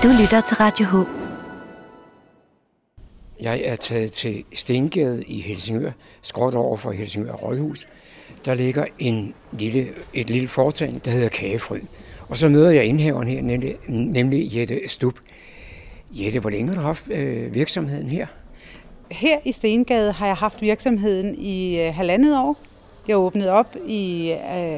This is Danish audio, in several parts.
Du lytter til Radio H. Jeg er taget til Stengade i Helsingør, skråt over for Helsingør Rådhus. Der ligger et lille foretagende, der hedder Kagefryd. Og så møder jeg indhaveren her, nemlig Jette Stub. Jette, hvor længe har du haft virksomheden her? Her i Stengade har jeg haft virksomheden i 1,5 år. Jeg åbnede op i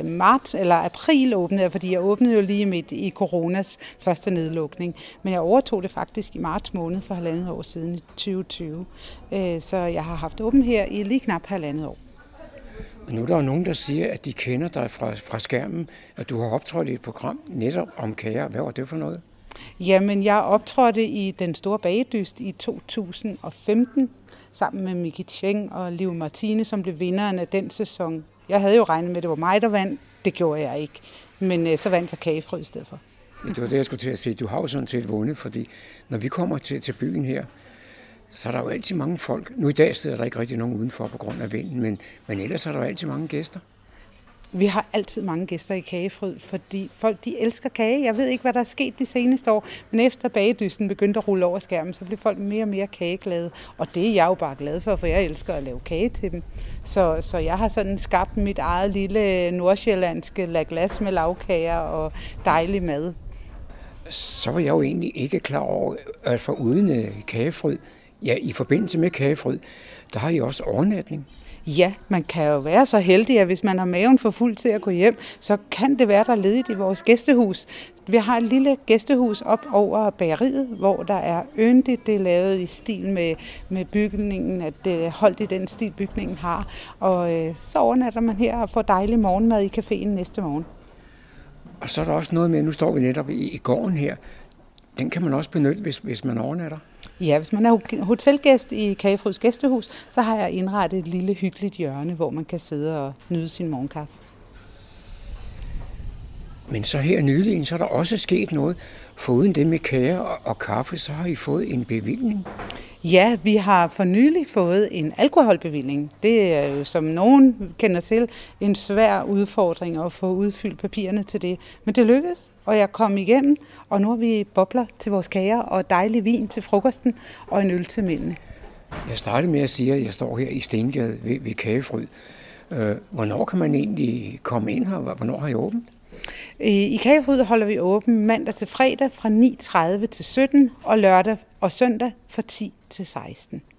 april, fordi jeg åbnede jo lige midt i coronas første nedlukning. Men jeg overtog det faktisk i marts måned for 1,5 år siden i 2020. Så jeg har haft åben her i lige knap 1,5 år. Og nu er der jo nogen, der siger, at de kender dig fra skærmen, at du har optrådt i et program netop om kager. Hvad var det for noget? Jamen, jeg optrådte i Den Store Bagedyst i 2015, sammen med Miki Cheng og Liv Martine, som blev vinderen af den sæson. Jeg havde jo regnet med, at det var mig, der vandt. Det gjorde jeg ikke. Men så vandt jeg Kagefryd i stedet for. Ja, det var det, jeg skulle til at sige. Du har jo sådan set vundet, fordi når vi kommer til byen her, så er der jo altid mange folk. Nu i dag sidder der ikke rigtig nogen udenfor på grund af vinden, men ellers er der jo altid mange gæster. Vi har altid mange gæster i Kagefryd, fordi folk de elsker kage. Jeg ved ikke, hvad der er sket de seneste år, men efter bagedysten begyndte at rulle over skærmen, så blev folk mere og mere kageglade. Og det er jeg jo bare glad for jeg elsker at lave kage til dem. Så jeg har sådan skabt mit eget lille nordsjællandske laglas med lavkager og dejlig mad. Så var jeg jo egentlig ikke klar over, at foruden Kagefryd, ja, i forbindelse med Kagefryd, der har I også overnatning. Ja, man kan jo være så heldig, at hvis man har maven for fuld til at gå hjem, så kan det være, der er ledigt i vores gæstehus. Vi har et lille gæstehus op over bageriet, hvor der er yndigt. Det er lavet i stil med bygningen, at det er holdt i den stil, bygningen har. Og så overnatter man her og får dejlig morgenmad i caféen næste morgen. Og så er der også noget med, nu står vi netop i gården her. Den kan man også benytte, hvis man overnatter. Ja, hvis man er hotelgæst i Kagefryds gæstehus, så har jeg indrettet et lille hyggeligt hjørne, hvor man kan sidde og nyde sin morgenkaffe. Men så her nylig, så er der også sket noget. Foruden det med kager og kaffe, så har I fået en bevilling. Ja, vi har for nylig fået en alkoholbevilling. Det er jo, som nogen kender til, en svær udfordring at få udfyldt papirerne til det. Men det lykkedes, og jeg kom igennem, og nu har vi bobler til vores kager og dejlig vin til frokosten og en øl til mændene. Jeg startede med at sige, at jeg står her i Stengade ved Kagefryd. Hvornår kan man egentlig komme ind her? Hvornår har I åbent? I Kagefryd holder vi åben mandag til fredag fra 9:30 til 17 og lørdag og søndag fra 10 til 16.